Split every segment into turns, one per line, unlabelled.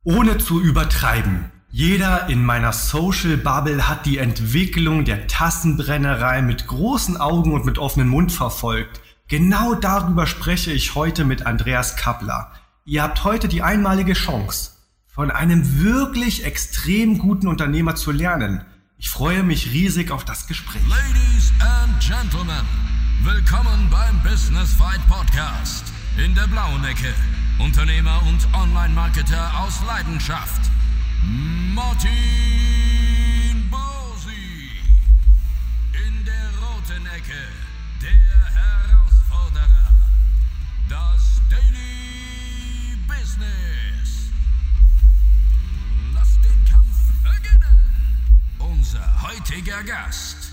Ohne zu übertreiben. Jeder in meiner Social Bubble hat die Entwicklung der Tassenbrennerei mit großen Augen und mit offenem Mund verfolgt. Genau darüber spreche ich heute mit Andreas Kappler. Ihr habt heute die einmalige Chance, von einem wirklich extrem guten Unternehmer zu lernen. Ich freue mich riesig auf das Gespräch.
Ladies and Gentlemen, willkommen beim Business Fight Podcast. In der blauen Ecke, Unternehmer und Online-Marketer aus Leidenschaft, Martin Bosi. In der roten Ecke, der Herausforderer, das Daily Business. Lasst den Kampf beginnen. Unser heutiger Gast,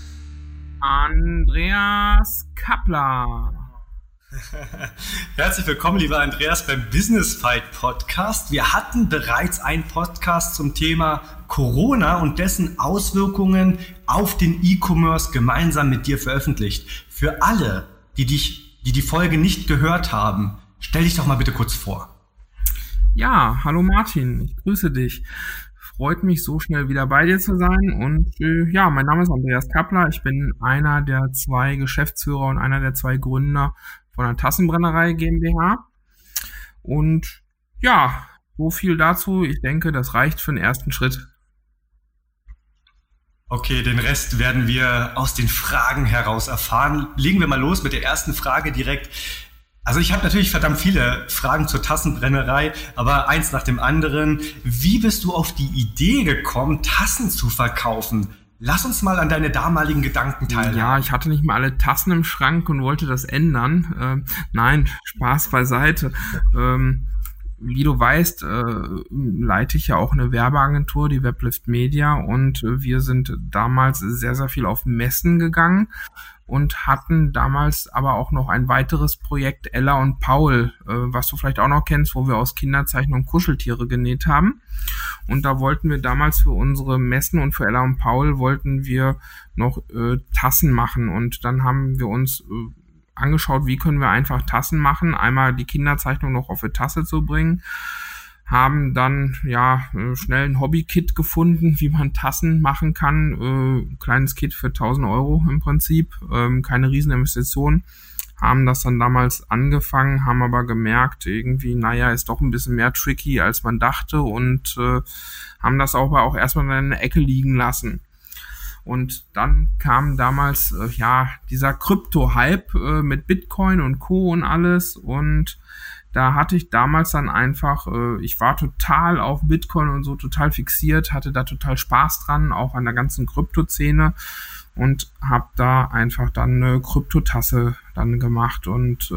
Andreas Kappler.
Herzlich willkommen, lieber Andreas, beim Business Fight Podcast. Wir hatten bereits einen Podcast zum Thema Corona und dessen Auswirkungen auf den E-Commerce gemeinsam mit dir veröffentlicht. Für alle, die die Folge nicht gehört haben, stell dich doch mal bitte kurz vor.
Ja, hallo Martin, ich grüße dich. Freut mich, so schnell wieder bei dir zu sein. Und mein Name ist Andreas Kappler. Ich bin einer der 2 Geschäftsführer und einer der 2 Gründer von der Tassenbrennerei GmbH. Und ja, so viel dazu. Ich denke, das reicht für den ersten Schritt.
Okay, den Rest werden wir aus den Fragen heraus erfahren. Legen wir mal los mit der ersten Frage direkt. Also ich habe natürlich verdammt viele Fragen zur Tassenbrennerei, aber eins nach dem anderen. Wie bist du auf die Idee gekommen, Tassen zu verkaufen? Lass uns mal an deine damaligen Gedanken teilhaben.
Ja, ich hatte nicht mal alle Tassen im Schrank und wollte das ändern. Nein, Spaß beiseite. Wie du weißt, leite ich ja auch eine Werbeagentur, die Weblift Media, und wir sind damals sehr, sehr viel auf Messen gegangen und hatten damals aber auch noch ein weiteres Projekt, Ella und Paul, was du vielleicht auch noch kennst, wo wir aus Kinderzeichnungen Kuscheltiere genäht haben. Und da wollten wir damals für unsere Messen und für Ella und Paul wollten wir noch Tassen machen. Und dann haben wir uns angeschaut, wie können wir einfach Tassen machen, einmal die Kinderzeichnung noch auf eine Tasse zu bringen, haben dann schnell ein Hobby-Kit gefunden, wie man Tassen machen kann, kleines Kit für 1.000 Euro im Prinzip, keine Rieseninvestition, haben das dann damals angefangen, haben aber gemerkt, irgendwie, ist doch ein bisschen mehr tricky, als man dachte, und haben das auch erstmal in der Ecke liegen lassen. Und dann kam damals dieser Krypto-Hype mit Bitcoin und Co. und alles, und da hatte ich damals dann einfach, ich war total auf Bitcoin und so total fixiert, hatte da total Spaß dran, auch an der ganzen Krypto-Szene, und habe da einfach dann eine Kryptotasse dann gemacht. Und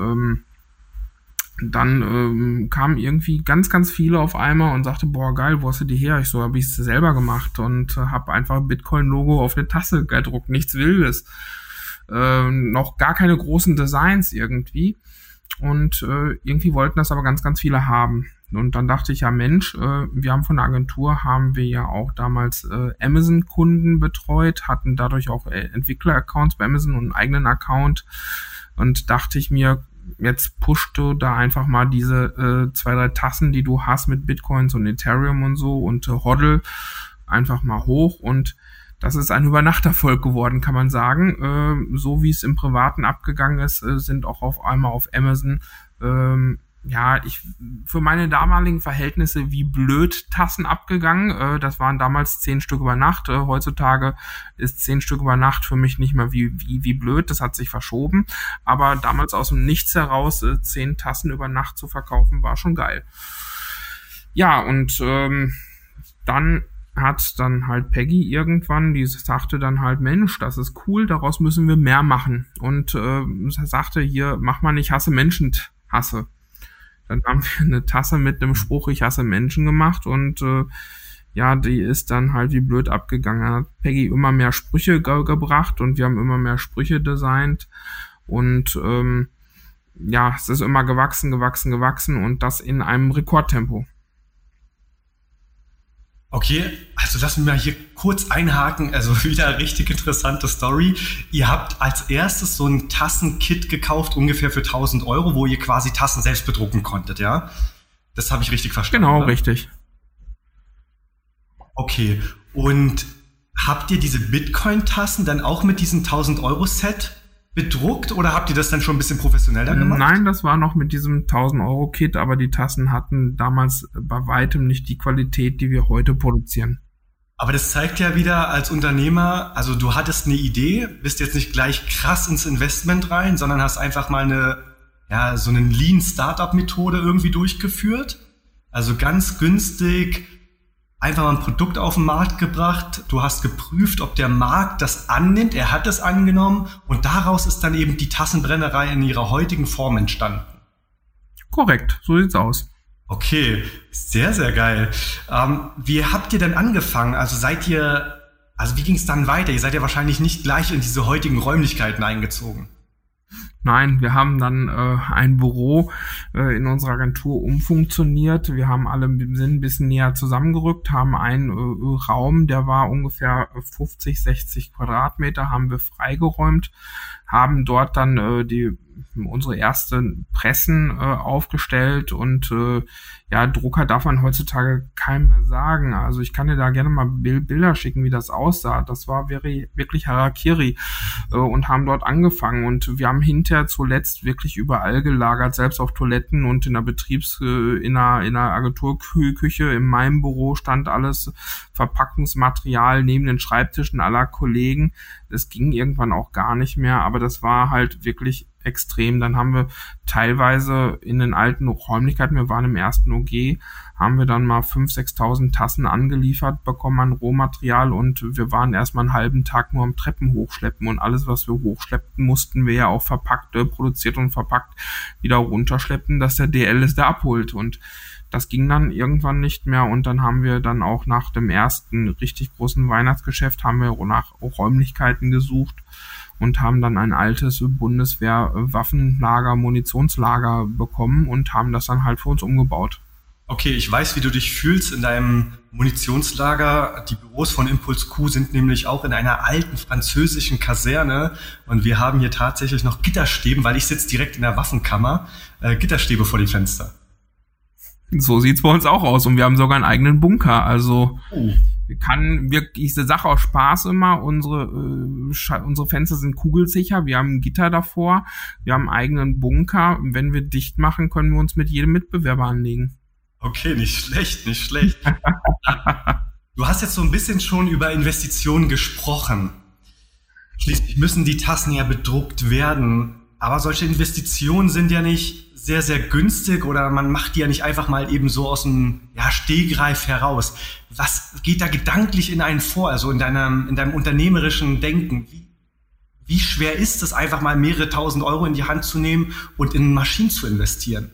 dann kamen irgendwie ganz, ganz viele auf einmal und sagte, boah, geil, wo hast du die her? Ich so, habe ich es selber gemacht und habe einfach ein Bitcoin-Logo auf eine Tasse gedruckt, nichts Wildes. Noch gar keine großen Designs irgendwie. Und irgendwie wollten das aber ganz, ganz viele haben. Und dann dachte ich, ja Mensch, wir haben von der Agentur, haben wir ja auch damals Amazon-Kunden betreut, hatten dadurch auch Entwickler-Accounts bei Amazon und einen eigenen Account, und dachte ich mir, jetzt pushst du da einfach mal diese 2, 3 Tassen, die du hast mit Bitcoins und Ethereum und so und HODL einfach mal hoch, und das ist ein Übernachterfolg geworden, kann man sagen. So wie es im Privaten abgegangen ist, sind auch auf einmal auf Amazon, für meine damaligen Verhältnisse wie blöd Tassen abgegangen. Das waren damals 10 Stück über Nacht. Heutzutage ist 10 Stück über Nacht für mich nicht mehr wie blöd. Das hat sich verschoben. Aber damals aus dem Nichts heraus 10 Tassen über Nacht zu verkaufen, war schon geil. Ja, und dann hat dann halt Peggy irgendwann, die sagte dann halt, Mensch, das ist cool, daraus müssen wir mehr machen. Und sagte, hier, mach mal nicht Hasse Menschen, hasse. Dann haben wir eine Tasse mit einem Spruch, ich hasse Menschen, gemacht, und die ist dann halt wie blöd abgegangen. Dann hat Peggy immer mehr Sprüche gebracht und wir haben immer mehr Sprüche designt, und es ist immer gewachsen und das in einem Rekordtempo.
Okay, also lass mich mal hier kurz einhaken, also wieder richtig interessante Story. Ihr habt als erstes so ein Tassenkit gekauft, ungefähr für 1.000 Euro, wo ihr quasi Tassen selbst bedrucken konntet, ja? Das habe ich richtig verstanden.
Genau,
oder?
Richtig.
Okay, und habt ihr diese Bitcoin-Tassen dann auch mit diesem 1000-Euro-Set bedruckt oder habt ihr das dann schon ein bisschen professioneller gemacht?
Nein, das war noch mit diesem 1000-Euro-Kit, aber die Tassen hatten damals bei weitem nicht die Qualität, die wir heute produzieren.
Aber das zeigt ja wieder als Unternehmer, also du hattest eine Idee, bist jetzt nicht gleich krass ins Investment rein, sondern hast einfach mal so eine Lean-Startup-Methode irgendwie durchgeführt. Also ganz günstig einfach mal ein Produkt auf den Markt gebracht. Du hast geprüft, ob der Markt das annimmt. Er hat es angenommen und daraus ist dann eben die Tassenbrennerei in ihrer heutigen Form entstanden.
Korrekt, so sieht's aus.
Okay, sehr, sehr geil. Wie habt ihr denn angefangen? Also wie ging es dann weiter? Ihr seid ja wahrscheinlich nicht gleich in diese heutigen Räumlichkeiten eingezogen.
Nein, wir haben dann ein Büro in unserer Agentur umfunktioniert. Wir haben sind ein bisschen näher zusammengerückt, haben einen Raum, der war ungefähr 50, 60 Quadratmeter, haben wir freigeräumt, haben dort dann unsere ersten Pressen aufgestellt und Drucker darf man heutzutage keinem mehr sagen. Also ich kann dir da gerne mal Bilder schicken, wie das aussah. Das war wirklich Harakiri und haben dort angefangen und wir haben hinterher zuletzt wirklich überall gelagert, selbst auf Toiletten und in der in der Agenturküche. In meinem Büro stand alles Verpackungsmaterial neben den Schreibtischen aller Kollegen. Es ging irgendwann auch gar nicht mehr, aber das war halt wirklich extrem. Dann haben wir teilweise in den alten Räumlichkeiten, wir waren im ersten OG, haben wir dann mal 5.000, 6.000 Tassen angeliefert bekommen an Rohmaterial und wir waren erstmal einen halben Tag nur am Treppen hochschleppen und alles, was wir hochschleppten, mussten wir ja auch produziert und verpackt wieder runterschleppen, dass der DL es da abholt und das ging dann irgendwann nicht mehr und dann haben wir dann auch nach dem ersten richtig großen Weihnachtsgeschäft haben wir nach Räumlichkeiten gesucht und haben dann ein altes Bundeswehr-Waffenlager, Munitionslager bekommen und haben das dann halt für uns umgebaut.
Okay, ich weiß, wie du dich fühlst in deinem Munitionslager. Die Büros von Impuls Q sind nämlich auch in einer alten französischen Kaserne und wir haben hier tatsächlich noch Gitterstäbe, weil ich sitze direkt in der Waffenkammer, Gitterstäbe vor die Fenster.
So sieht's bei uns auch aus und wir haben sogar einen eigenen Bunker, also ich sage aus Spaß immer, unsere Fenster sind kugelsicher, wir haben ein Gitter davor, wir haben einen eigenen Bunker, wenn wir dicht machen, können wir uns mit jedem Mitbewerber anlegen.
Okay, nicht schlecht. Du hast jetzt so ein bisschen schon über Investitionen gesprochen. Schließlich müssen die Tassen ja bedruckt werden, aber solche Investitionen sind ja nicht sehr, sehr günstig oder man macht die ja nicht einfach mal eben so aus dem Stegreif heraus. Was geht da gedanklich in einen vor, also in deinem unternehmerischen Denken? Wie schwer ist es, einfach mal mehrere tausend Euro in die Hand zu nehmen und in Maschinen zu investieren?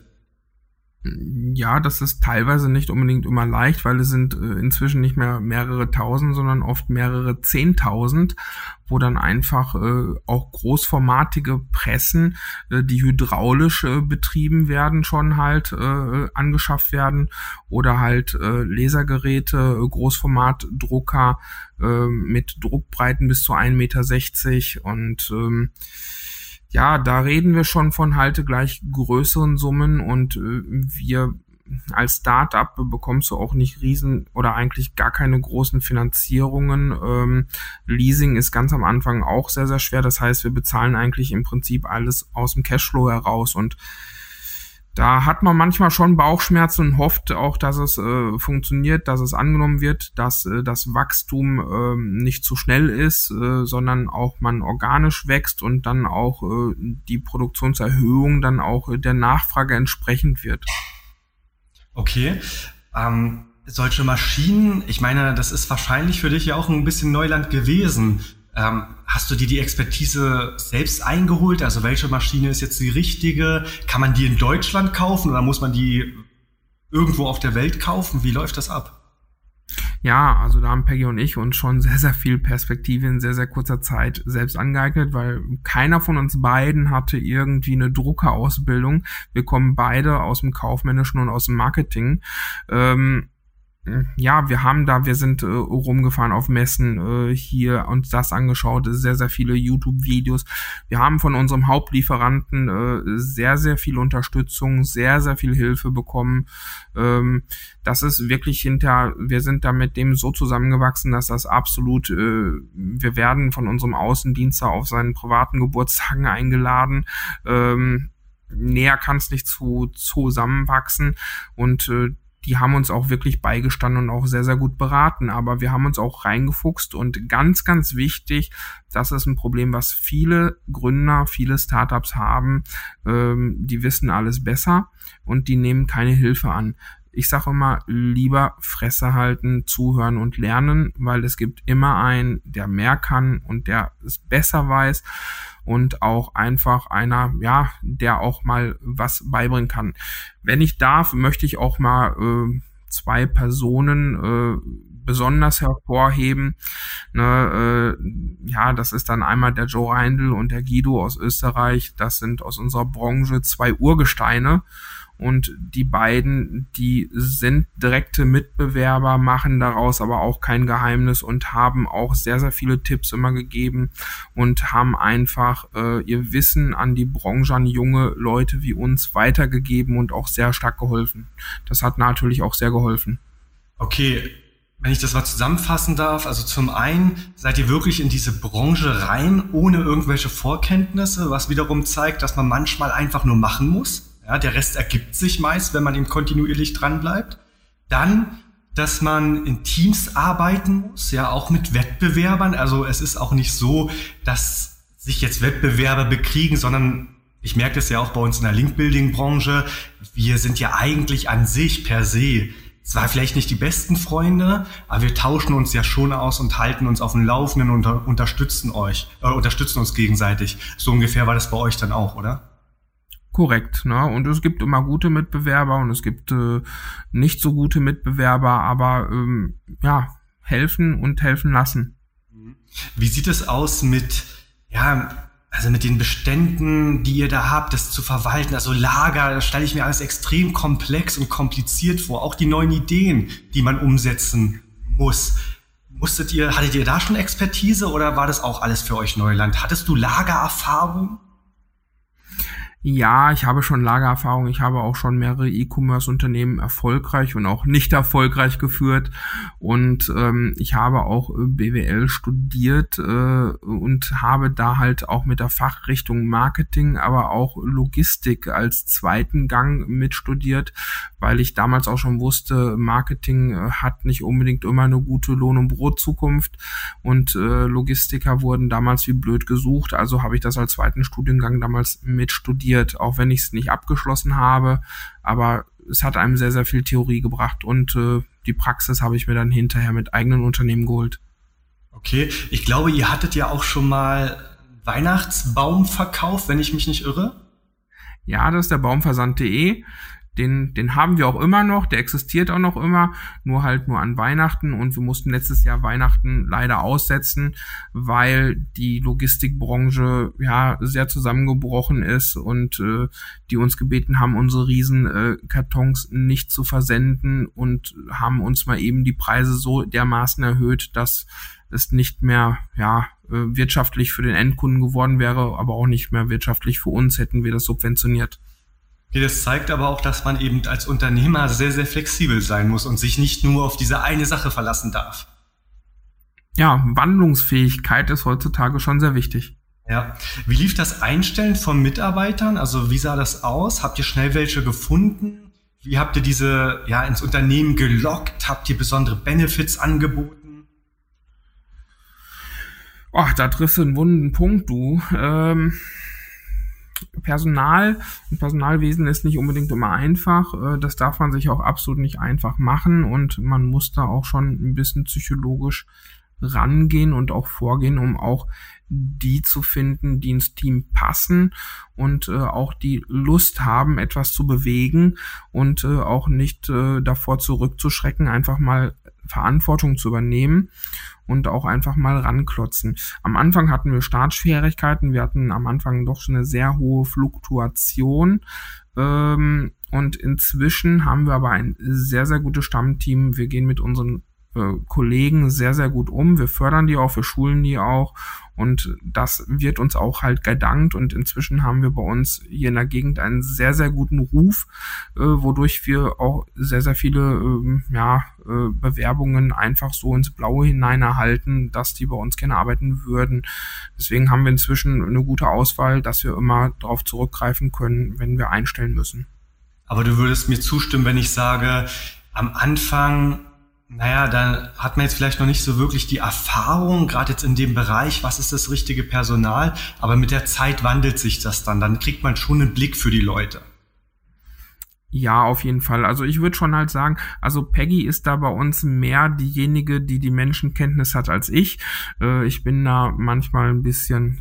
Ja, das ist teilweise nicht unbedingt immer leicht, weil es sind inzwischen nicht mehr mehrere tausend, sondern oft mehrere 10.000, wo dann einfach auch großformatige Pressen, die hydraulisch betrieben werden, schon halt angeschafft werden oder halt Lasergeräte, Großformatdrucker mit Druckbreiten bis zu 1,60 Meter und da reden wir schon von halt gleich größeren Summen und wir als Start-up bekommst du auch nicht oder eigentlich gar keine großen Finanzierungen. Leasing ist ganz am Anfang auch sehr, sehr schwer. Das heißt, wir bezahlen eigentlich im Prinzip alles aus dem Cashflow heraus und da hat man manchmal schon Bauchschmerzen und hofft auch, dass es funktioniert, dass es angenommen wird, dass das Wachstum nicht zu schnell ist, sondern auch man organisch wächst und dann auch die Produktionserhöhung dann auch der Nachfrage entsprechend wird.
Okay, solche Maschinen, ich meine, das ist wahrscheinlich für dich ja auch ein bisschen Neuland gewesen. Hast du dir die Expertise selbst eingeholt? Also welche Maschine ist jetzt die richtige? Kann man die in Deutschland kaufen oder muss man die irgendwo auf der Welt kaufen? Wie läuft das ab?
Ja, also da haben Peggy und ich uns schon sehr, sehr viel Perspektive in sehr, sehr kurzer Zeit selbst angeeignet, weil keiner von uns beiden hatte irgendwie eine Druckerausbildung. Wir kommen beide aus dem Kaufmännischen und aus dem Marketing. Ja, wir sind rumgefahren auf Messen, hier uns das angeschaut, sehr, sehr viele YouTube-Videos. Wir haben von unserem Hauptlieferanten sehr, sehr viel Unterstützung, sehr, sehr viel Hilfe bekommen. Das ist wirklich wir sind da mit dem so zusammengewachsen, dass das absolut, wir werden von unserem Außendienstler auf seinen privaten Geburtstagen eingeladen. Näher kann es nicht zusammenwachsen und die haben uns auch wirklich beigestanden und auch sehr, sehr gut beraten. Aber wir haben uns auch reingefuchst und ganz, ganz wichtig, das ist ein Problem, was viele Gründer, viele Startups haben. Die wissen alles besser und die nehmen keine Hilfe an. Ich sage immer, lieber Fresse halten, zuhören und lernen, weil es gibt immer einen, der mehr kann und der es besser weiß und auch einfach einer, ja, der auch mal was beibringen kann. Wenn ich darf, möchte ich auch mal 2 Personen besonders hervorheben. Ja, das ist dann einmal der Joe Reindl und der Guido aus Österreich. Das sind aus unserer Branche 2 Urgesteine. Und die beiden, die sind direkte Mitbewerber, machen daraus aber auch kein Geheimnis und haben auch sehr, sehr viele Tipps immer gegeben und haben einfach ihr Wissen an die Branche, an junge Leute wie uns weitergegeben und auch sehr stark geholfen. Das hat natürlich auch sehr geholfen.
Okay, wenn ich das mal zusammenfassen darf, also zum einen seid ihr wirklich in diese Branche rein, ohne irgendwelche Vorkenntnisse, was wiederum zeigt, dass man manchmal einfach nur machen muss. Ja, der Rest ergibt sich meist, wenn man eben kontinuierlich dran bleibt. Dann, dass man in Teams arbeiten muss, ja, auch mit Wettbewerbern. Also es ist auch nicht so, dass sich jetzt Wettbewerber bekriegen, sondern ich merke das ja auch bei uns in der Link-Building-Branche. Wir sind ja eigentlich an sich per se zwar vielleicht nicht die besten Freunde, aber wir tauschen uns ja schon aus und halten uns auf dem Laufenden und unterstützen uns gegenseitig. So ungefähr war das bei euch dann auch, oder?
Korrekt, ne? Und es gibt immer gute Mitbewerber und es gibt nicht so gute Mitbewerber, aber ja, helfen und helfen lassen.
Wie sieht es aus mit den Beständen, die ihr da habt, das zu verwalten? Also Lager, das stelle ich mir alles extrem komplex und kompliziert vor. Auch die neuen Ideen, die man umsetzen muss. Hattet ihr da schon Expertise oder war das auch alles für euch Neuland? Hattest du Lagererfahrung?
Ja, ich habe schon Lagererfahrung. Ich habe auch schon mehrere E-Commerce-Unternehmen erfolgreich und auch nicht erfolgreich geführt. Und ich habe auch BWL studiert und habe da halt auch mit der Fachrichtung Marketing, aber auch Logistik als zweiten Gang mitstudiert, weil ich damals auch schon wusste, Marketing hat nicht unbedingt immer eine gute Lohn- und Brotzukunft. Und Logistiker wurden damals wie blöd gesucht. Also habe ich das als zweiten Studiengang damals mitstudiert. Auch wenn ich es nicht abgeschlossen habe, aber es hat einem sehr, sehr viel Theorie gebracht und die Praxis habe ich mir dann hinterher mit eigenen Unternehmen geholt.
Okay, ich glaube, ihr hattet ja auch schon mal Weihnachtsbaum verkauft, wenn ich mich nicht irre.
Ja, das ist der Baumversand.de. Den haben wir auch immer noch, der existiert auch noch immer, nur an Weihnachten und wir mussten letztes Jahr Weihnachten leider aussetzen, weil die Logistikbranche ja sehr zusammengebrochen ist und die uns gebeten haben, unsere Riesenkartons nicht zu versenden und haben uns mal eben die Preise so dermaßen erhöht, dass es nicht mehr wirtschaftlich für den Endkunden geworden wäre, aber auch nicht mehr wirtschaftlich für uns, hätten wir das subventioniert.
Okay, das zeigt aber auch, dass man eben als Unternehmer sehr, sehr flexibel sein muss und sich nicht nur auf diese eine Sache verlassen darf.
Ja, Wandlungsfähigkeit ist heutzutage schon sehr wichtig.
Ja. Wie lief das Einstellen von Mitarbeitern? Also wie sah das aus? Habt ihr schnell welche gefunden? Wie habt ihr diese ins Unternehmen gelockt? Habt ihr besondere Benefits angeboten?
Oh, da triffst du einen wunden Punkt, du. Personal und Personalwesen ist nicht unbedingt immer einfach. Das darf man sich auch absolut nicht einfach machen und man muss da auch schon ein bisschen psychologisch rangehen und auch vorgehen, um auch die zu finden, die ins Team passen und auch die Lust haben, etwas zu bewegen und auch nicht davor zurückzuschrecken, einfach mal Verantwortung zu übernehmen und auch einfach mal ranklotzen. Am Anfang hatten wir Startschwierigkeiten, wir hatten am Anfang doch schon eine sehr hohe Fluktuation, Und inzwischen haben wir aber ein sehr, sehr gutes Stammteam. Wir gehen mit unseren Kollegen sehr, sehr gut um. Wir fördern die auch, wir schulen die auch. Und das wird uns auch halt gedankt. Und inzwischen haben wir bei uns hier in der Gegend einen sehr, sehr guten Ruf, wodurch wir auch sehr, sehr viele Bewerbungen einfach so ins Blaue hinein erhalten, dass die bei uns gerne arbeiten würden. Deswegen haben wir inzwischen eine gute Auswahl, dass wir immer darauf zurückgreifen können, wenn wir einstellen müssen.
Aber du würdest mir zustimmen, wenn ich sage, am Anfang, da hat man jetzt vielleicht noch nicht so wirklich die Erfahrung, gerade jetzt in dem Bereich, was ist das richtige Personal, aber mit der Zeit wandelt sich das dann kriegt man schon einen Blick für die Leute.
Ja, auf jeden Fall. Also ich würde schon halt sagen, also Peggy ist da bei uns mehr diejenige, die Menschenkenntnis hat als ich. Ich bin da manchmal ein bisschen,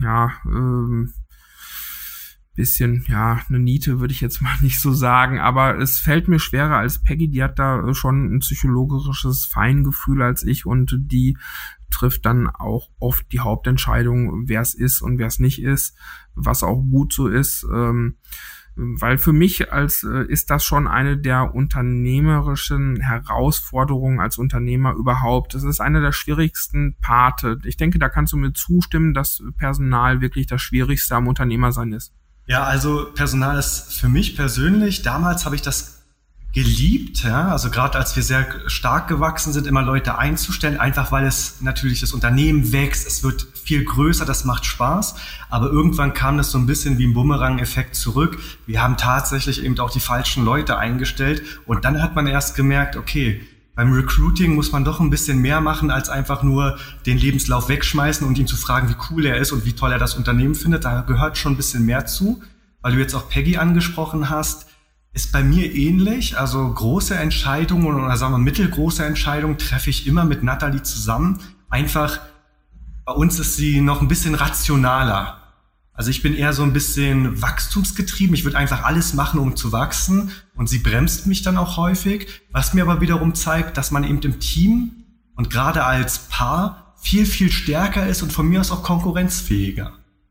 eine Niete würde ich jetzt mal nicht so sagen, aber es fällt mir schwerer als Peggy, die hat da schon ein psychologisches Feingefühl als ich und die trifft dann auch oft die Hauptentscheidung, wer es ist und wer es nicht ist, was auch gut so ist, weil für mich ist das schon eine der unternehmerischen Herausforderungen als Unternehmer überhaupt. Das ist eine der schwierigsten Parte. Ich denke, da kannst du mir zustimmen, dass Personal wirklich das Schwierigste am Unternehmersein ist.
Ja, also Personal ist für mich persönlich, damals habe ich das geliebt, also gerade als wir sehr stark gewachsen sind, immer Leute einzustellen, einfach weil es natürlich das Unternehmen wächst, es wird viel größer, das macht Spaß, aber irgendwann kam das so ein bisschen wie ein Bumerang-Effekt zurück. Wir haben tatsächlich eben auch die falschen Leute eingestellt und dann hat man erst gemerkt, okay, beim Recruiting muss man doch ein bisschen mehr machen, als einfach nur den Lebenslauf wegschmeißen und ihn zu fragen, wie cool er ist und wie toll er das Unternehmen findet. Da gehört schon ein bisschen mehr zu. Weil du jetzt auch Peggy angesprochen hast, ist bei mir ähnlich. Also große Entscheidungen oder sagen wir mittelgroße Entscheidungen treffe ich immer mit Nathalie zusammen. Einfach, bei uns ist sie noch ein bisschen rationaler. Also ich bin eher so ein bisschen wachstumsgetrieben. Ich würde einfach alles machen, um zu wachsen. Und sie bremst mich dann auch häufig. Was mir aber wiederum zeigt, dass man eben im Team und gerade als Paar viel, viel stärker ist und von mir aus auch konkurrenzfähiger.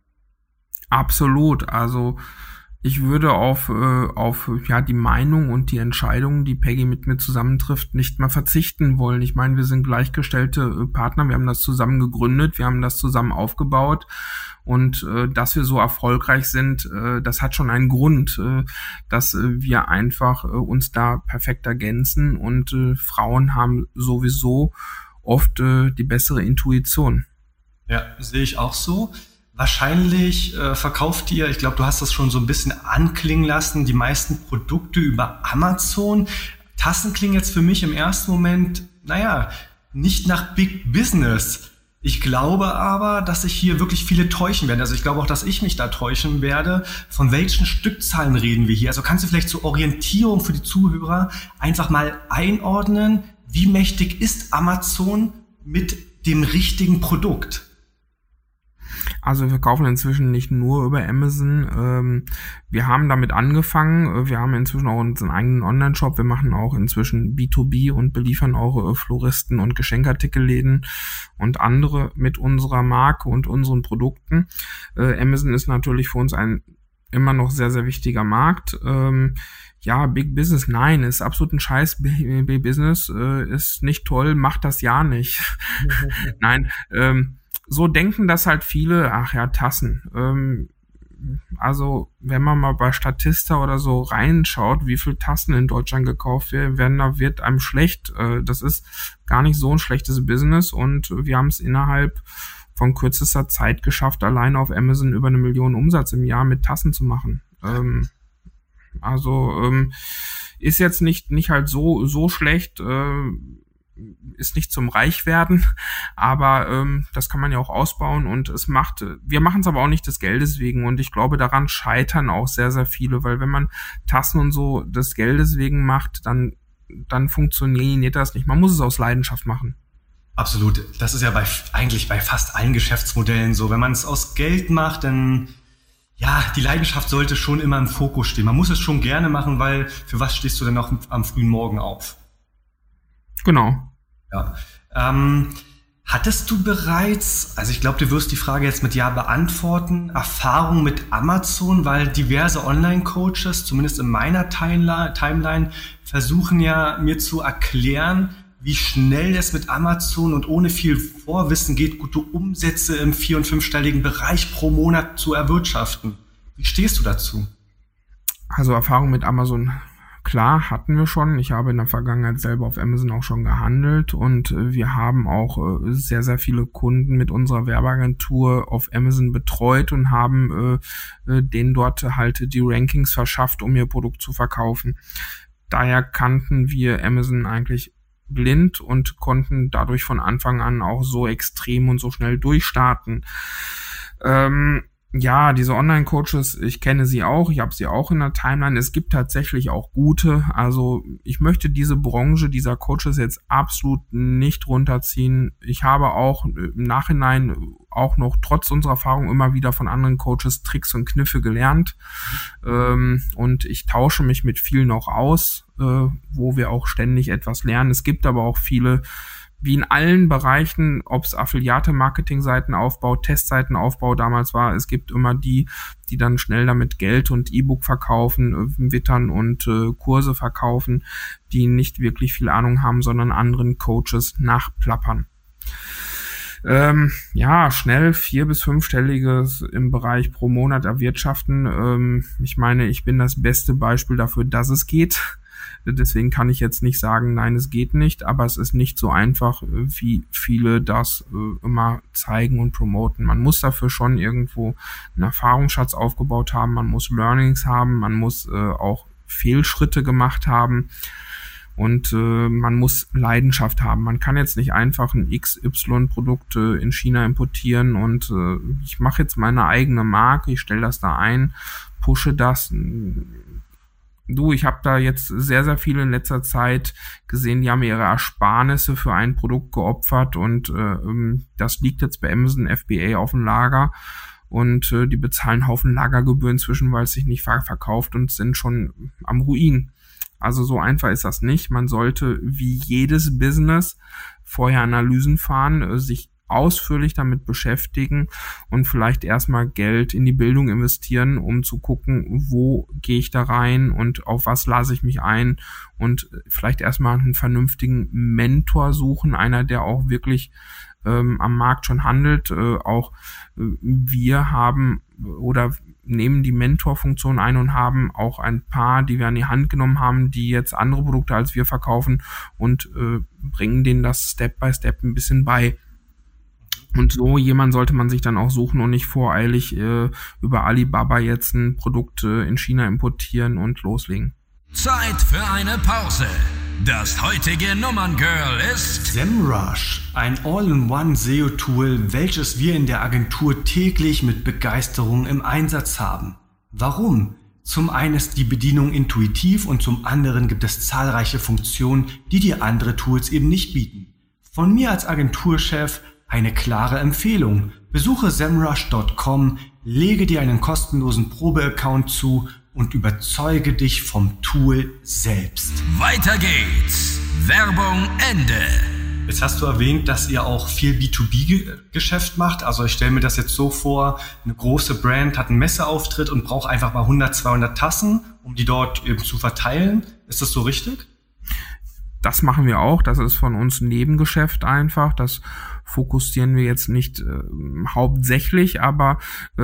Absolut. Also ich würde auf die Meinung und die Entscheidungen, die Peggy mit mir zusammentrifft, nicht mehr verzichten wollen. Ich meine, wir sind gleichgestellte Partner. Wir haben das zusammen gegründet. Wir haben das zusammen aufgebaut. Und dass wir so erfolgreich sind, das hat schon einen Grund, dass wir einfach uns da perfekt ergänzen und Frauen haben sowieso oft die bessere Intuition.
Ja, sehe ich auch so. Wahrscheinlich verkauft ihr, ich glaube, du hast das schon so ein bisschen anklingen lassen, die meisten Produkte über Amazon. Tassen klingen jetzt für mich im ersten Moment, nicht nach Big Business. Ich glaube aber, dass sich hier wirklich viele täuschen werden. Also ich glaube auch, dass ich mich da täuschen werde. Von welchen Stückzahlen reden wir hier? Also kannst du vielleicht zur Orientierung für die Zuhörer einfach mal einordnen, wie mächtig ist Amazon mit dem richtigen Produkt?
Also wir kaufen inzwischen nicht nur über Amazon. Wir haben damit angefangen. Wir haben inzwischen auch unseren eigenen Online-Shop. Wir machen auch inzwischen B2B und beliefern auch Floristen und Geschenkartikelläden und andere mit unserer Marke und unseren Produkten. Amazon ist natürlich für uns ein immer noch sehr, sehr wichtiger Markt. Big Business, nein, ist absolut ein Scheiß. Big Business ist nicht toll, macht das ja nicht. Nein, so denken das halt viele, Tassen. Also, wenn man mal bei Statista oder so reinschaut, wie viel Tassen in Deutschland gekauft werden, da wird einem schlecht. Das ist gar nicht so ein schlechtes Business und wir haben es innerhalb von kürzester Zeit geschafft, allein auf Amazon über 1 Million Umsatz im Jahr mit Tassen zu machen. Ist jetzt nicht halt so schlecht, ist nicht zum Reichwerden, aber das kann man ja auch ausbauen und wir machen es aber auch nicht des Geldes wegen und ich glaube, daran scheitern auch sehr, sehr viele, weil wenn man Tassen und so des Geldes wegen macht, dann funktioniert das nicht. Man muss es aus Leidenschaft machen.
Absolut. Das ist ja eigentlich bei fast allen Geschäftsmodellen so. Wenn man es aus Geld macht, dann die Leidenschaft sollte schon immer im Fokus stehen. Man muss es schon gerne machen, weil für was stehst du denn noch am frühen Morgen auf?
Genau.
Ja. Hattest du bereits, also ich glaube, du wirst die Frage jetzt mit Ja beantworten, Erfahrung mit Amazon, weil diverse Online-Coaches, zumindest in meiner Timeline, versuchen ja mir zu erklären, wie schnell es mit Amazon und ohne viel Vorwissen geht, gute Umsätze im 4- und 5-stelligen Bereich pro Monat zu erwirtschaften. Wie stehst du dazu?
Also Erfahrung mit Amazon, klar, hatten wir schon. Ich habe in der Vergangenheit selber auf Amazon auch schon gehandelt und wir haben auch sehr, sehr viele Kunden mit unserer Werbeagentur auf Amazon betreut und haben denen dort halt die Rankings verschafft, um ihr Produkt zu verkaufen. Daher kannten wir Amazon eigentlich blind und konnten dadurch von Anfang an auch so extrem und so schnell durchstarten. Ja, diese Online-Coaches, ich kenne sie auch, ich habe sie auch in der Timeline. Es gibt tatsächlich auch gute. Also ich möchte diese Branche dieser Coaches jetzt absolut nicht runterziehen. Ich habe auch im Nachhinein auch noch trotz unserer Erfahrung immer wieder von anderen Coaches Tricks und Kniffe gelernt. Und ich tausche mich mit vielen auch aus, wo wir auch ständig etwas lernen. Es gibt aber auch viele, wie in allen Bereichen, ob es Affiliate-Marketing-Seitenaufbau, Testseitenaufbau damals war, es gibt immer die dann schnell damit Geld und E-Book verkaufen, wittern und Kurse verkaufen, die nicht wirklich viel Ahnung haben, sondern anderen Coaches nachplappern. Ja, schnell 4- bis 5-stelliges im Bereich pro Monat erwirtschaften. Ich meine, ich bin das beste Beispiel dafür, dass es geht. Deswegen kann ich jetzt nicht sagen, nein, es geht nicht, aber es ist nicht so einfach, wie viele das immer zeigen und promoten. Man muss dafür schon irgendwo einen Erfahrungsschatz aufgebaut haben, man muss Learnings haben, man muss auch Fehlschritte gemacht haben und man muss Leidenschaft haben. Man kann jetzt nicht einfach ein XY-Produkt in China importieren und ich mache jetzt meine eigene Marke, ich stelle das da ein, pushe das. Ich habe da jetzt sehr, sehr viele in letzter Zeit gesehen, die haben ihre Ersparnisse für ein Produkt geopfert und das liegt jetzt bei Amazon FBA auf dem Lager und die bezahlen einen Haufen Lagergebühren inzwischen, weil es sich nicht verkauft und sind schon am Ruin. Also so einfach ist das nicht. Man sollte wie jedes Business vorher Analysen fahren, sich ausführlich damit beschäftigen und vielleicht erstmal Geld in die Bildung investieren, um zu gucken, wo gehe ich da rein und auf was lasse ich mich ein und vielleicht erstmal einen vernünftigen Mentor suchen, einer, der auch wirklich am Markt schon handelt. Auch wir haben oder nehmen die Mentorfunktion ein und haben auch ein paar, die wir an die Hand genommen haben, die jetzt andere Produkte als wir verkaufen und bringen denen das Step by Step ein bisschen bei. Und so jemand sollte man sich dann auch suchen und nicht voreilig über Alibaba jetzt ein Produkt in China importieren und loslegen.
Zeit für eine Pause. Das heutige Nummerngirl ist
SEMrush, ein All-in-One SEO-Tool, welches wir in der Agentur täglich mit Begeisterung im Einsatz haben. Warum? Zum einen ist die Bedienung intuitiv und zum anderen gibt es zahlreiche Funktionen, die dir andere Tools eben nicht bieten. Von mir als Agenturchef eine klare Empfehlung. Besuche semrush.com, lege dir einen kostenlosen Probeaccount zu und überzeuge dich vom Tool selbst.
Weiter geht's. Werbung Ende.
Jetzt hast du erwähnt, dass ihr auch viel B2B-Geschäft macht. Also ich stelle mir das jetzt so vor, eine große Brand hat einen Messeauftritt und braucht einfach mal 100, 200 Tassen, um die dort eben zu verteilen. Ist das so richtig?
Das machen wir auch. Das ist von uns ein Nebengeschäft einfach. Das fokussieren wir jetzt nicht hauptsächlich, aber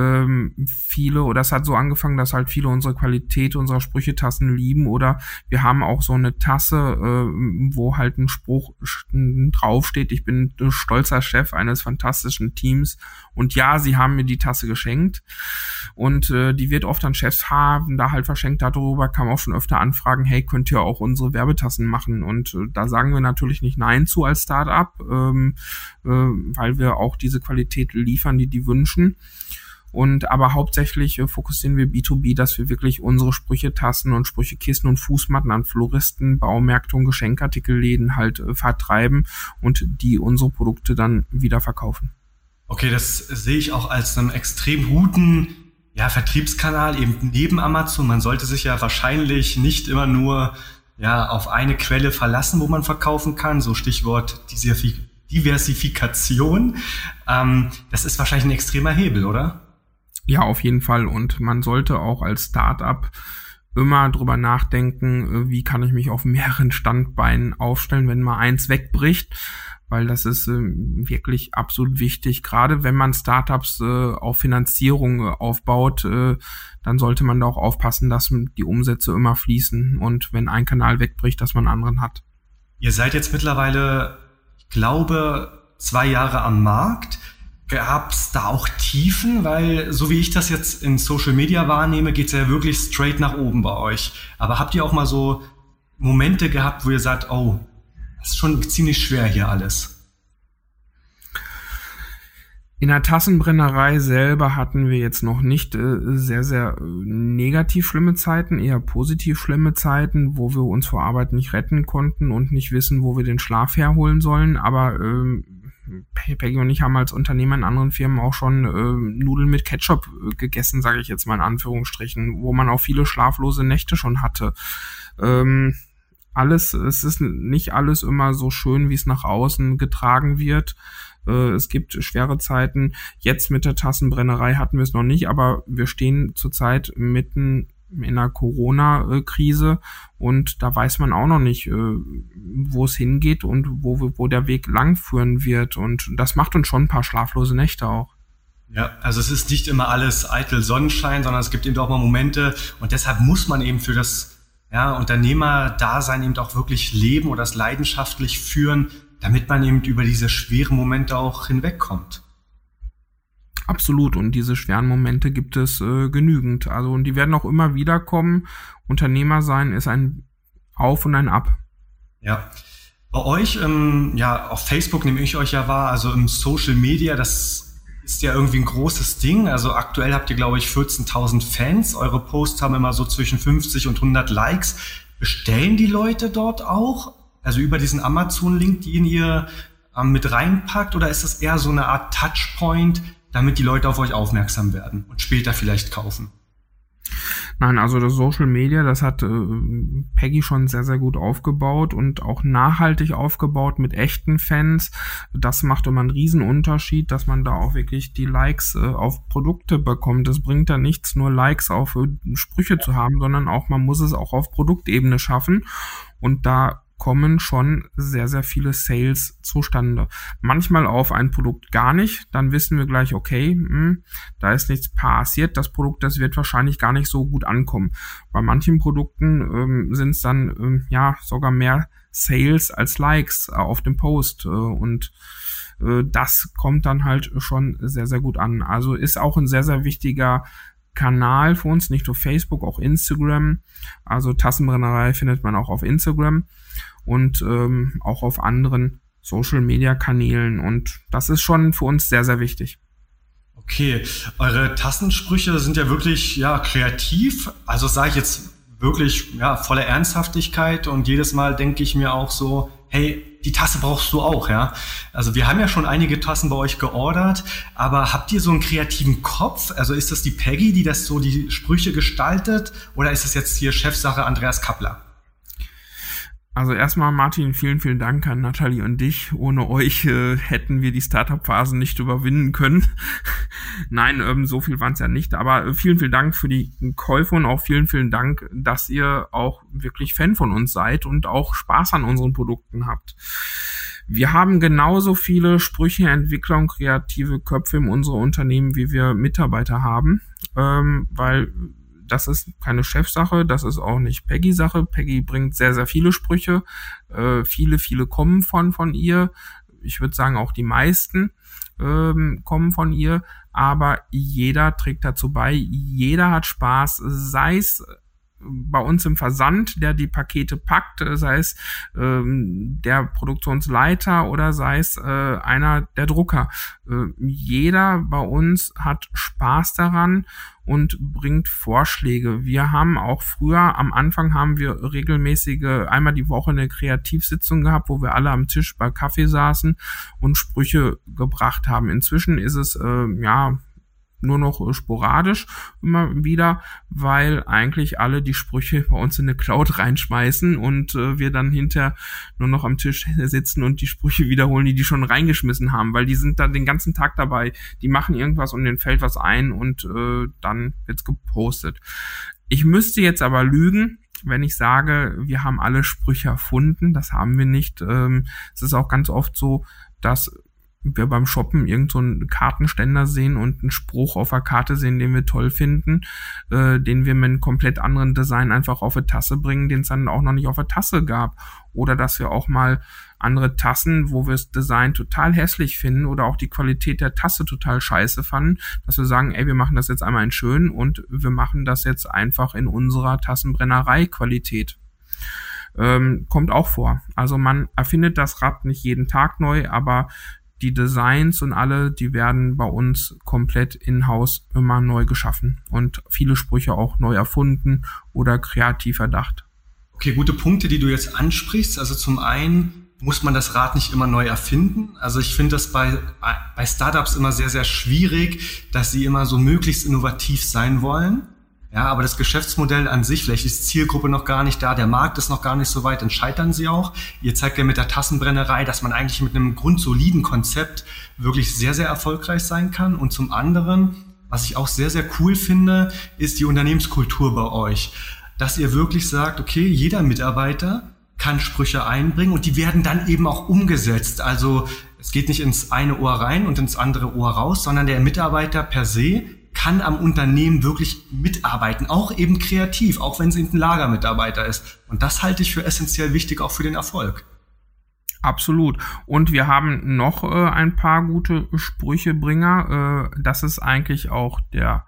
viele, oder es hat so angefangen, dass halt viele unsere Qualität unserer Sprüchetassen lieben, oder wir haben auch so eine Tasse, wo halt ein Spruch draufsteht: Ich bin ein stolzer Chef eines fantastischen Teams, und ja, sie haben mir die Tasse geschenkt, und die wird oft an Chefs haben, da halt verschenkt. Darüber kam auch schon öfter Anfragen: Hey, könnt ihr auch unsere Werbetassen machen? Und da sagen wir natürlich nicht Nein zu als Startup, weil wir auch diese Qualität liefern, die wünschen. Und aber hauptsächlich fokussieren wir B2B, dass wir wirklich unsere Sprüchetassen und Sprüchekissen und Fußmatten an Floristen, Baumärkte und Geschenkartikelläden halt vertreiben und die unsere Produkte dann wieder verkaufen.
Okay, das sehe ich auch als einen extrem guten Vertriebskanal eben neben Amazon. Man sollte sich ja wahrscheinlich nicht immer nur auf eine Quelle verlassen, wo man verkaufen kann. So Stichwort Diversifikation. Das ist wahrscheinlich ein extremer Hebel, oder?
Ja, auf jeden Fall. Und man sollte auch als Startup immer drüber nachdenken, wie kann ich mich auf mehreren Standbeinen aufstellen, wenn mal eins wegbricht, weil das ist wirklich absolut wichtig. Gerade wenn man Startups auf Finanzierung aufbaut, dann sollte man da auch aufpassen, dass die Umsätze immer fließen und wenn ein Kanal wegbricht, dass man einen anderen hat.
Ihr seid jetzt mittlerweile, ich glaube, 2 Jahre am Markt. Gab es da auch Tiefen? Weil, so wie ich das jetzt in Social Media wahrnehme, geht es ja wirklich straight nach oben bei euch. Aber habt ihr auch mal so Momente gehabt, wo ihr sagt, oh, das ist schon ziemlich schwer hier alles?
In der Tassenbrennerei selber hatten wir jetzt noch nicht sehr, sehr negativ schlimme Zeiten, eher positiv schlimme Zeiten, wo wir uns vor Arbeit nicht retten konnten und nicht wissen, wo wir den Schlaf herholen sollen. Aber Peggy und ich haben als Unternehmer in anderen Firmen auch schon Nudeln mit Ketchup gegessen, sage ich jetzt mal in Anführungsstrichen, wo man auch viele schlaflose Nächte schon hatte. Es ist nicht alles immer so schön, wie es nach außen getragen wird. Es gibt schwere Zeiten. Jetzt mit der Tassenbrennerei hatten wir es noch nicht, aber wir stehen zurzeit mitten in einer Corona-Krise und da weiß man auch noch nicht, wo es hingeht und wo der Weg langführen wird und das macht uns schon ein paar schlaflose Nächte auch.
Ja, also es ist nicht immer alles eitel Sonnenschein, sondern es gibt eben auch mal Momente und deshalb muss man eben für das Unternehmer-Dasein eben auch wirklich leben oder das leidenschaftlich führen, damit man eben über diese schweren Momente auch hinwegkommt.
Absolut. Und diese schweren Momente gibt es genügend. Also, und die werden auch immer wieder kommen. Unternehmer sein ist ein Auf und ein Ab.
Ja. Bei euch, auf Facebook nehme ich euch ja wahr, also im Social Media, das ist ja irgendwie ein großes Ding. Also aktuell habt ihr, glaube ich, 14.000 Fans. Eure Posts haben immer so zwischen 50 und 100 Likes. Bestellen die Leute dort auch? Also über diesen Amazon-Link, den ihr mit reinpackt? Oder ist das eher so eine Art Touchpoint, damit die Leute auf euch aufmerksam werden und später vielleicht kaufen?
Nein, also das Social Media, das hat Peggy schon sehr, sehr gut aufgebaut und auch nachhaltig aufgebaut mit echten Fans. Das macht immer einen riesen Unterschied, dass man da auch wirklich die Likes auf Produkte bekommt. Es bringt da nichts, nur Likes auf Sprüche zu haben, sondern auch man muss es auch auf Produktebene schaffen und da kommen schon sehr, sehr viele Sales zustande. Manchmal auf ein Produkt gar nicht, dann wissen wir gleich, okay, da ist nichts passiert, das Produkt, das wird wahrscheinlich gar nicht so gut ankommen. Bei manchen Produkten sind es dann sogar mehr Sales als Likes auf dem Post und das kommt dann halt schon sehr, sehr gut an. Also ist auch ein sehr, sehr wichtiger Kanal für uns, nicht nur Facebook, auch Instagram. Also Tassenbrennerei findet man auch auf Instagram und auch auf anderen Social-Media-Kanälen. Und das ist schon für uns sehr, sehr wichtig.
Okay, eure Tassensprüche sind ja wirklich kreativ. Also sage ich jetzt wirklich voller Ernsthaftigkeit. Und jedes Mal denke ich mir auch so, hey, die Tasse brauchst du auch, ja. Also wir haben ja schon einige Tassen bei euch geordert, aber habt ihr so einen kreativen Kopf? Also ist das die Peggy, die das so die Sprüche gestaltet, oder ist das jetzt hier Chefsache Andreas Kappler?
Also erstmal, Martin, vielen, vielen Dank an Nathalie und dich. Ohne euch hätten wir die Startup-Phase nicht überwinden können. Nein, so viel waren es ja nicht. Aber vielen, vielen Dank für die Käufe und auch vielen, vielen Dank, dass ihr auch wirklich Fan von uns seid und auch Spaß an unseren Produkten habt. Wir haben genauso viele Sprüche, Entwickler und kreative Köpfe in unserem Unternehmen, wie wir Mitarbeiter haben, weil das ist keine Chefsache, das ist auch nicht Peggy-Sache. Peggy bringt sehr, sehr viele Sprüche. Viele kommen von ihr. Ich würde sagen, auch die meisten kommen von ihr. Aber jeder trägt dazu bei. Jeder hat Spaß, sei es bei uns im Versand, der die Pakete packt, sei es der Produktionsleiter oder sei es einer der Drucker. Jeder bei uns hat Spaß daran und bringt Vorschläge. Wir haben auch früher, am Anfang haben wir regelmäßige, einmal die Woche eine Kreativsitzung gehabt, wo wir alle am Tisch bei Kaffee saßen und Sprüche gebracht haben. Inzwischen ist es nur noch sporadisch immer wieder, weil eigentlich alle die Sprüche bei uns in eine Cloud reinschmeißen und wir dann hinterher nur noch am Tisch sitzen und die Sprüche wiederholen, die schon reingeschmissen haben, weil die sind da den ganzen Tag dabei, die machen irgendwas und denen fällt was ein und dann wird's gepostet. Ich müsste jetzt aber lügen, wenn ich sage, wir haben alle Sprüche erfunden. Das haben wir nicht. Es ist auch ganz oft so, dass wir beim Shoppen irgend so einen Kartenständer sehen und einen Spruch auf der Karte sehen, den wir toll finden, den wir mit einem komplett anderen Design einfach auf eine Tasse bringen, den es dann auch noch nicht auf der Tasse gab. Oder dass wir auch mal andere Tassen, wo wir das Design total hässlich finden oder auch die Qualität der Tasse total scheiße fanden, dass wir sagen, ey, wir machen das jetzt einmal in schön und wir machen das jetzt einfach in unserer Tassenbrennerei-Qualität. Kommt auch vor. Also man erfindet das Rad nicht jeden Tag neu, aber die Designs und alle, die werden bei uns komplett in-house immer neu geschaffen und viele Sprüche auch neu erfunden oder kreativ erdacht.
Okay, gute Punkte, die du jetzt ansprichst. Also zum einen muss man das Rad nicht immer neu erfinden. Also ich finde das bei Startups immer sehr, sehr schwierig, dass sie immer so möglichst innovativ sein wollen. Ja, aber das Geschäftsmodell an sich, vielleicht ist die Zielgruppe noch gar nicht da, der Markt ist noch gar nicht so weit, dann scheitern sie auch. Ihr zeigt ja mit der Tassenbrennerei, dass man eigentlich mit einem grundsoliden Konzept wirklich sehr, sehr erfolgreich sein kann. Und zum anderen, was ich auch sehr, sehr cool finde, ist die Unternehmenskultur bei euch. Dass ihr wirklich sagt, okay, jeder Mitarbeiter kann Sprüche einbringen und die werden dann eben auch umgesetzt. Also es geht nicht ins eine Ohr rein und ins andere Ohr raus, sondern der Mitarbeiter per se kann am Unternehmen wirklich mitarbeiten, auch eben kreativ, auch wenn es ein Lagermitarbeiter ist. Und das halte ich für essentiell wichtig, auch für den Erfolg.
Absolut. Und wir haben noch ein paar gute Sprüchebringer. Das ist eigentlich auch der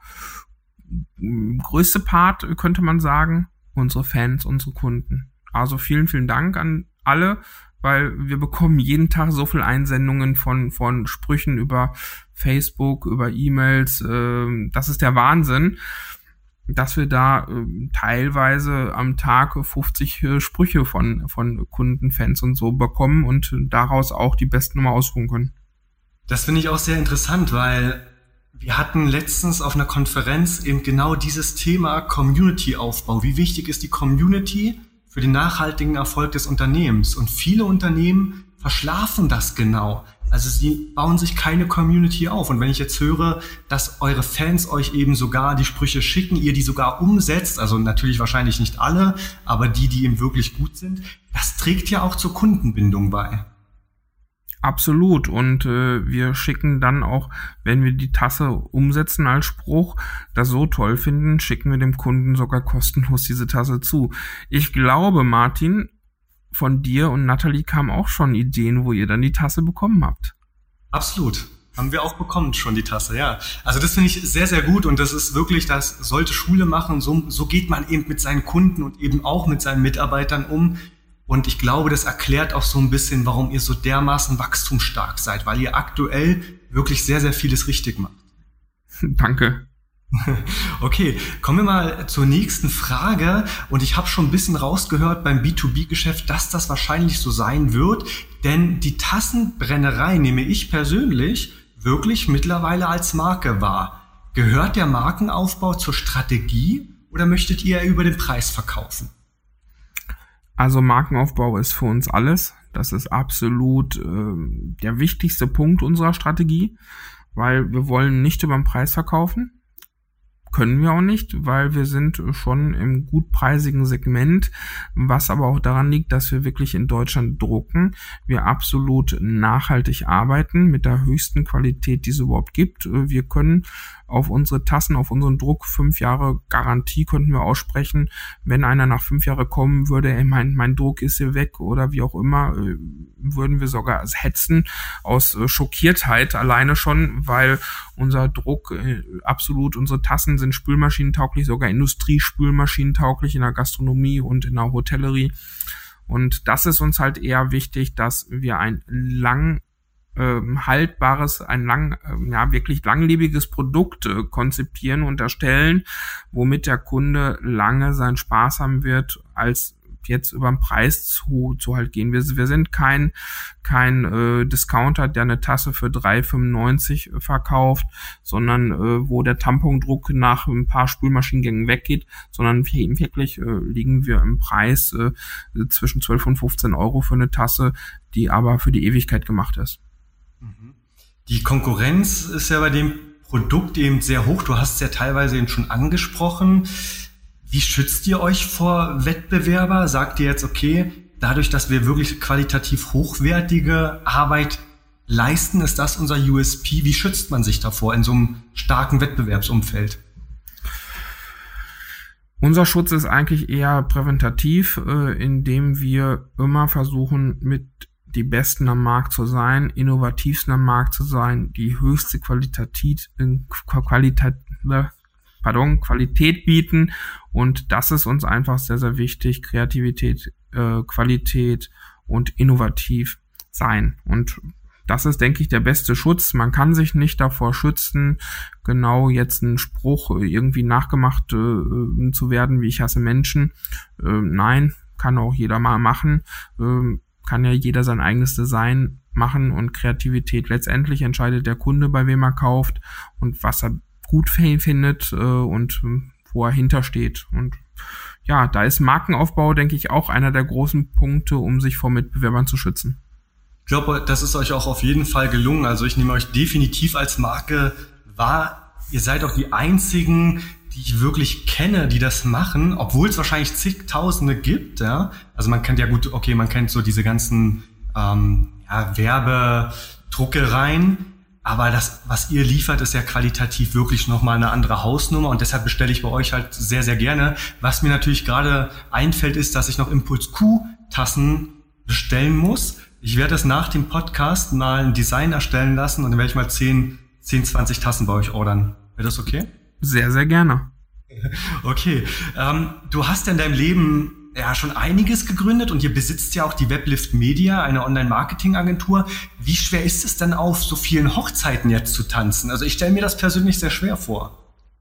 größte Part, könnte man sagen, unsere Fans, unsere Kunden. Also vielen, vielen Dank an alle, weil wir bekommen jeden Tag so viele Einsendungen von Sprüchen über Facebook, über E-Mails. Das ist der Wahnsinn, dass wir da teilweise am Tag 50 Sprüche von Kunden, Fans und so bekommen und daraus auch die besten nochmal ausruhen können.
Das finde ich auch sehr interessant, weil wir hatten letztens auf einer Konferenz eben genau dieses Thema Community-Aufbau. Wie wichtig ist die Community für den nachhaltigen Erfolg des Unternehmens? Und viele Unternehmen verschlafen das genau. Also sie bauen sich keine Community auf. Und wenn ich jetzt höre, dass eure Fans euch eben sogar die Sprüche schicken, ihr die sogar umsetzt, also natürlich wahrscheinlich nicht alle, aber die eben wirklich gut sind, das trägt ja auch zur Kundenbindung bei.
Absolut. Und wir schicken dann auch, wenn wir die Tasse umsetzen als Spruch, das so toll finden, schicken wir dem Kunden sogar kostenlos diese Tasse zu. Ich glaube, Martin, von dir und Nathalie kamen auch schon Ideen, wo ihr dann die Tasse bekommen habt.
Absolut. Haben wir auch bekommen schon die Tasse, ja. Also das finde ich sehr, sehr gut und das ist wirklich, das sollte Schule machen. So geht man eben mit seinen Kunden und eben auch mit seinen Mitarbeitern um. Und ich glaube, das erklärt auch so ein bisschen, warum ihr so dermaßen wachstumsstark seid, weil ihr aktuell wirklich sehr, sehr vieles richtig macht.
Danke.
Okay, kommen wir mal zur nächsten Frage. Und ich habe schon ein bisschen rausgehört beim B2B-Geschäft, dass das wahrscheinlich so sein wird. Denn die Tassenbrennerei nehme ich persönlich wirklich mittlerweile als Marke wahr. Gehört der Markenaufbau zur Strategie oder möchtet ihr über den Preis verkaufen?
Also Markenaufbau ist für uns alles. Das ist absolut der wichtigste Punkt unserer Strategie, weil wir wollen nicht über den Preis verkaufen. Können wir auch nicht, weil wir sind schon im gutpreisigen Segment, was aber auch daran liegt, dass wir wirklich in Deutschland drucken, wir absolut nachhaltig arbeiten mit der höchsten Qualität, die es überhaupt gibt. Wir können auf unsere Tassen, auf unseren Druck 5 Jahre Garantie könnten wir aussprechen. Wenn einer nach 5 Jahren kommen würde, ey, mein Druck ist hier weg oder wie auch immer, würden wir sogar hetzen aus Schockiertheit alleine schon, weil unser Druck absolut, unsere Tassen sind spülmaschinentauglich, sogar industriespülmaschinentauglich in der Gastronomie und in der Hotellerie. Und das ist uns halt eher wichtig, dass wir ein haltbares, wirklich langlebiges Produkt konzipieren und erstellen, womit der Kunde lange seinen Spaß haben wird als jetzt über den Preis zu halt gehen. Wir sind kein Discounter, der eine Tasse für 3,95 verkauft, sondern wo der Tampondruck nach ein paar Spülmaschinengängen weggeht, sondern wirklich liegen wir im Preis zwischen 12 und 15 Euro für eine Tasse, die aber für die Ewigkeit gemacht ist.
Die Konkurrenz ist ja bei dem Produkt eben sehr hoch. Du hast es ja teilweise eben schon angesprochen. Wie schützt ihr euch vor Wettbewerber? Sagt ihr jetzt, okay, dadurch, dass wir wirklich qualitativ hochwertige Arbeit leisten, ist das unser USP? Wie schützt man sich davor in so einem starken Wettbewerbsumfeld?
Unser Schutz ist eigentlich eher präventativ, indem wir immer versuchen, mit die Besten am Markt zu sein, innovativsten am Markt zu sein, die höchste Qualität bieten, und das ist uns einfach sehr, sehr wichtig. Kreativität, Qualität und innovativ sein. Und das ist, denke ich, der beste Schutz. Man kann sich nicht davor schützen, genau jetzt einen Spruch irgendwie nachgemacht zu werden, wie ich hasse Menschen. Nein, kann auch jeder mal machen. Kann ja jeder sein eigenes Design machen, und Kreativität. Letztendlich entscheidet der Kunde, bei wem er kauft und was er gut findet und wo er hintersteht. Und ja, da ist Markenaufbau, denke ich, auch einer der großen Punkte, um sich vor Mitbewerbern zu schützen.
Ich glaube, das ist euch auch auf jeden Fall gelungen. Also ich nehme euch definitiv als Marke wahr. Ihr seid auch die einzigen, die ich wirklich kenne, die das machen, obwohl es wahrscheinlich zigtausende gibt. Ja? Also man kennt ja gut, okay, man kennt so diese ganzen Werbedruckereien, aber das, was ihr liefert, ist ja qualitativ wirklich nochmal eine andere Hausnummer, und deshalb bestelle ich bei euch halt sehr, sehr gerne. Was mir natürlich gerade einfällt, ist, dass ich noch Impuls Q-Tassen bestellen muss. Ich werde das nach dem Podcast mal ein Design erstellen lassen, und dann werde ich mal 10, 20 Tassen bei euch ordern. Wäre das okay?
Sehr, sehr gerne.
Okay. Du hast ja in deinem Leben ja schon einiges gegründet, und ihr besitzt ja auch die Weblift Media, eine Online-Marketing-Agentur. Wie schwer ist es denn, auf so vielen Hochzeiten jetzt zu tanzen? Also ich stelle mir das persönlich sehr schwer vor.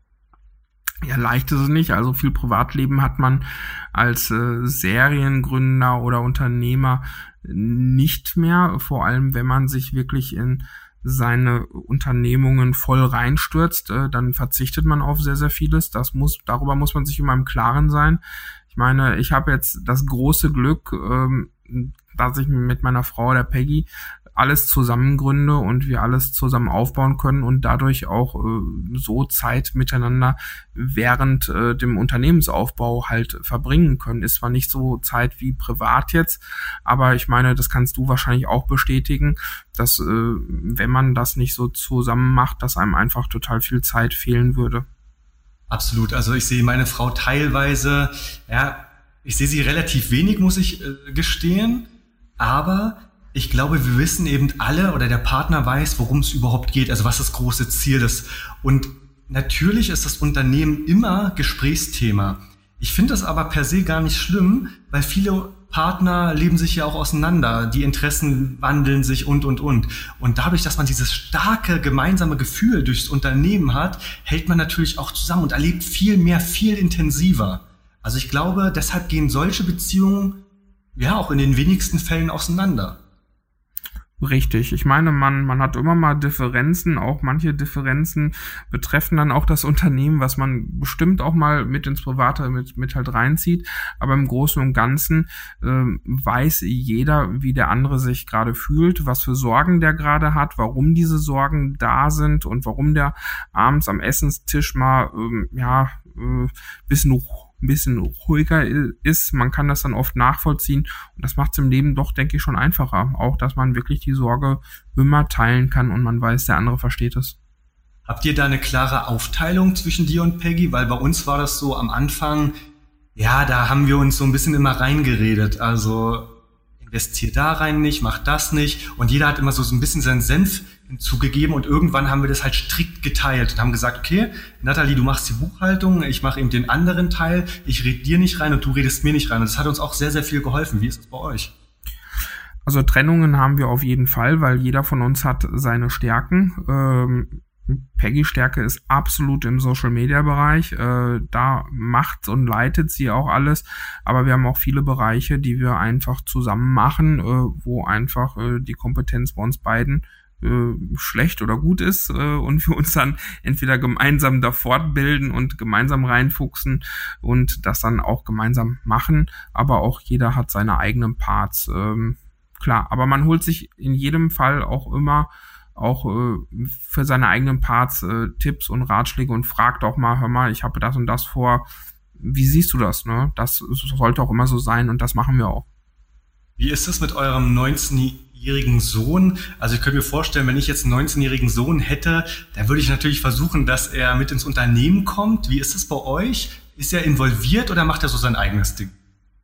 Ja, leicht ist es nicht. Also viel Privatleben hat man als Seriengründer oder Unternehmer nicht mehr. Vor allem, wenn man sich wirklich in seine Unternehmungen voll reinstürzt, dann verzichtet man auf sehr, sehr vieles. Darüber muss man sich immer im Klaren sein. Ich meine, ich habe jetzt das große Glück, dass ich mit meiner Frau, der Peggy, alles zusammen gründe und wir alles zusammen aufbauen können und dadurch auch so Zeit miteinander während dem Unternehmensaufbau halt verbringen können. Ist zwar nicht so Zeit wie privat jetzt, aber ich meine, das kannst du wahrscheinlich auch bestätigen, dass wenn man das nicht so zusammen macht, dass einem einfach total viel Zeit fehlen würde.
Absolut. Also ich sehe meine Frau teilweise, ja, ich sehe sie relativ wenig, muss ich gestehen, aber ich glaube, wir wissen eben alle, oder der Partner weiß, worum es überhaupt geht, also was das große Ziel ist. Und natürlich ist das Unternehmen immer Gesprächsthema. Ich finde das aber per se gar nicht schlimm, weil viele Partner leben sich ja auch auseinander, die Interessen wandeln sich und. Und dadurch, dass man dieses starke gemeinsame Gefühl durchs Unternehmen hat, hält man natürlich auch zusammen und erlebt viel mehr, viel intensiver. Also ich glaube, deshalb gehen solche Beziehungen ja auch in den wenigsten Fällen auseinander.
Richtig. Ich meine, man hat immer mal Differenzen, auch manche Differenzen betreffen dann auch das Unternehmen, was man bestimmt auch mal mit ins Private mit halt reinzieht. Aber im Großen und Ganzen weiß jeder, wie der andere sich gerade fühlt, was für Sorgen der gerade hat, warum diese Sorgen da sind und warum der abends am Essenstisch mal bisschen ruhiger ist. Man kann das dann oft nachvollziehen, und das macht es im Leben doch, denke ich, schon einfacher. Auch, dass man wirklich die Sorge immer teilen kann und man weiß, der andere versteht es.
Habt ihr da eine klare Aufteilung zwischen dir und Peggy? Weil bei uns war das so am Anfang, ja, da haben wir uns so ein bisschen immer reingeredet. Also investier da rein nicht, mach das nicht. Und jeder hat immer so ein bisschen seinen Senf hinzugegeben, und irgendwann haben wir das halt strikt geteilt und haben gesagt, okay, Nathalie, du machst die Buchhaltung, ich mache eben den anderen Teil, ich rede dir nicht rein und du redest mir nicht rein. Und das hat uns auch sehr, sehr viel geholfen. Wie ist es bei euch?
Also Trennungen haben wir auf jeden Fall, weil jeder von uns hat seine Stärken. Peggy Stärke ist absolut im Social-Media-Bereich. Da macht und leitet sie auch alles. Aber wir haben auch viele Bereiche, die wir einfach zusammen machen, wo einfach die Kompetenz bei uns beiden schlecht oder gut ist und wir uns dann entweder gemeinsam da fortbilden und gemeinsam reinfuchsen und das dann auch gemeinsam machen. Aber auch jeder hat seine eigenen Parts. Klar, aber man holt sich in jedem Fall auch immer auch für seine eigenen Parts Tipps und Ratschläge und fragt auch mal, hör mal, ich habe das und das vor, wie siehst du das? Ne? Das sollte auch immer so sein und das machen wir auch.
Wie ist es mit eurem 19-jährigen Sohn? Also ich könnte mir vorstellen, wenn ich jetzt einen 19-jährigen Sohn hätte, dann würde ich natürlich versuchen, dass er mit ins Unternehmen kommt. Wie ist es bei euch? Ist er involviert oder macht er so sein eigenes Ding?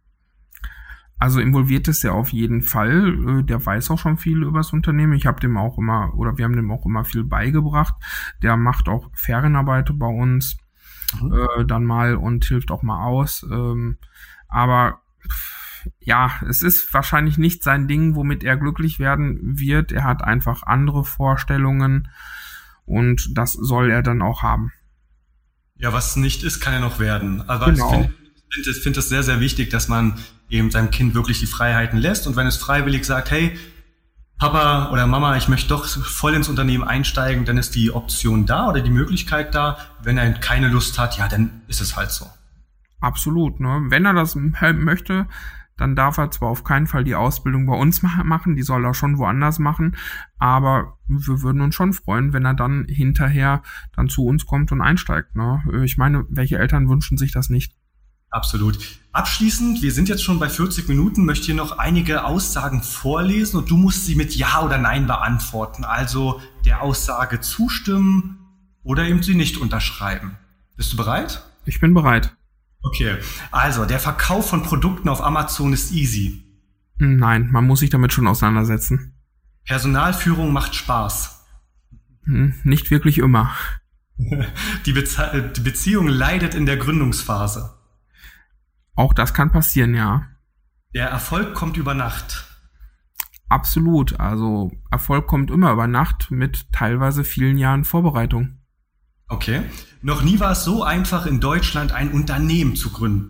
Also involviert ist er auf jeden Fall. Der weiß auch schon viel über das Unternehmen. Ich habe dem auch immer, oder wir haben dem auch immer viel beigebracht. Der macht auch Ferienarbeit bei uns dann mal und hilft auch mal aus. Aber ja, es ist wahrscheinlich nicht sein Ding, womit er glücklich werden wird. Er hat einfach andere Vorstellungen und das soll er dann auch haben.
Ja, was nicht ist, kann er noch werden. Aber
genau.
Ich finde es sehr, sehr wichtig, dass man eben seinem Kind wirklich die Freiheiten lässt. Und wenn es freiwillig sagt, hey, Papa oder Mama, ich möchte doch voll ins Unternehmen einsteigen, dann ist die Option da oder die Möglichkeit da. Wenn er keine Lust hat, ja, dann ist es halt so.
Absolut, ne? Wenn er das möchte, dann darf er zwar auf keinen Fall die Ausbildung bei uns machen, die soll er schon woanders machen, aber wir würden uns schon freuen, wenn er dann hinterher dann zu uns kommt und einsteigt, ne? Ich meine, welche Eltern wünschen sich das nicht?
Absolut. Abschließend, wir sind jetzt schon bei 40 Minuten, möchte hier noch einige Aussagen vorlesen und du musst sie mit Ja oder Nein beantworten. Also der Aussage zustimmen oder eben sie nicht unterschreiben. Bist du bereit?
Ich bin bereit.
Okay, also der Verkauf von Produkten auf Amazon ist easy.
Nein, man muss sich damit schon auseinandersetzen.
Personalführung macht Spaß.
Nicht wirklich immer.
Die Beziehung leidet in der Gründungsphase.
Auch das kann passieren, ja.
Der Erfolg kommt über Nacht.
Absolut, also Erfolg kommt immer über Nacht mit teilweise vielen Jahren Vorbereitung.
Okay. Noch nie war es so einfach, in Deutschland ein Unternehmen zu gründen.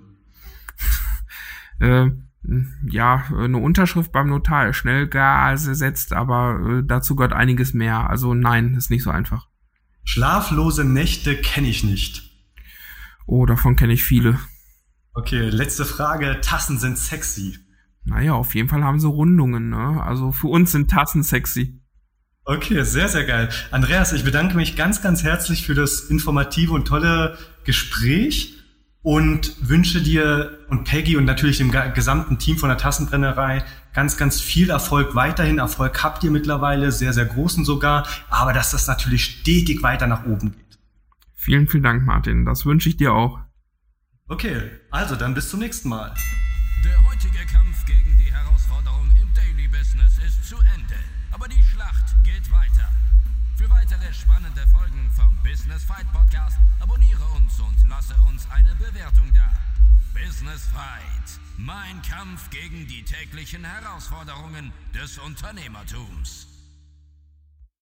Ja, eine Unterschrift beim Notar ist schnell gesetzt, aber dazu gehört einiges mehr. Also nein, ist nicht so einfach.
Schlaflose Nächte kenne ich nicht.
Oh, davon kenne ich viele.
Okay, letzte Frage. Tassen sind sexy.
Naja, auf jeden Fall haben sie Rundungen, ne? Also für uns sind Tassen sexy.
Okay, sehr, sehr geil. Andreas, ich bedanke mich ganz, ganz herzlich für das informative und tolle Gespräch und wünsche dir und Peggy und natürlich dem gesamten Team von der Tassenbrennerei ganz, ganz viel Erfolg weiterhin. Erfolg habt ihr mittlerweile, sehr, sehr großen sogar, aber dass das natürlich stetig weiter nach oben geht.
Vielen, vielen Dank, Martin. Das wünsche ich dir auch.
Okay, also dann bis zum nächsten Mal.
Der heutige Kampf gegen die Herausforderung im Daily Business ist zu Ende. Aber die Schlacht geht weiter. Für weitere spannende Folgen vom Business Fight Podcast abonniere uns und lasse uns eine Bewertung da. Business Fight. Mein Kampf gegen die täglichen Herausforderungen des Unternehmertums.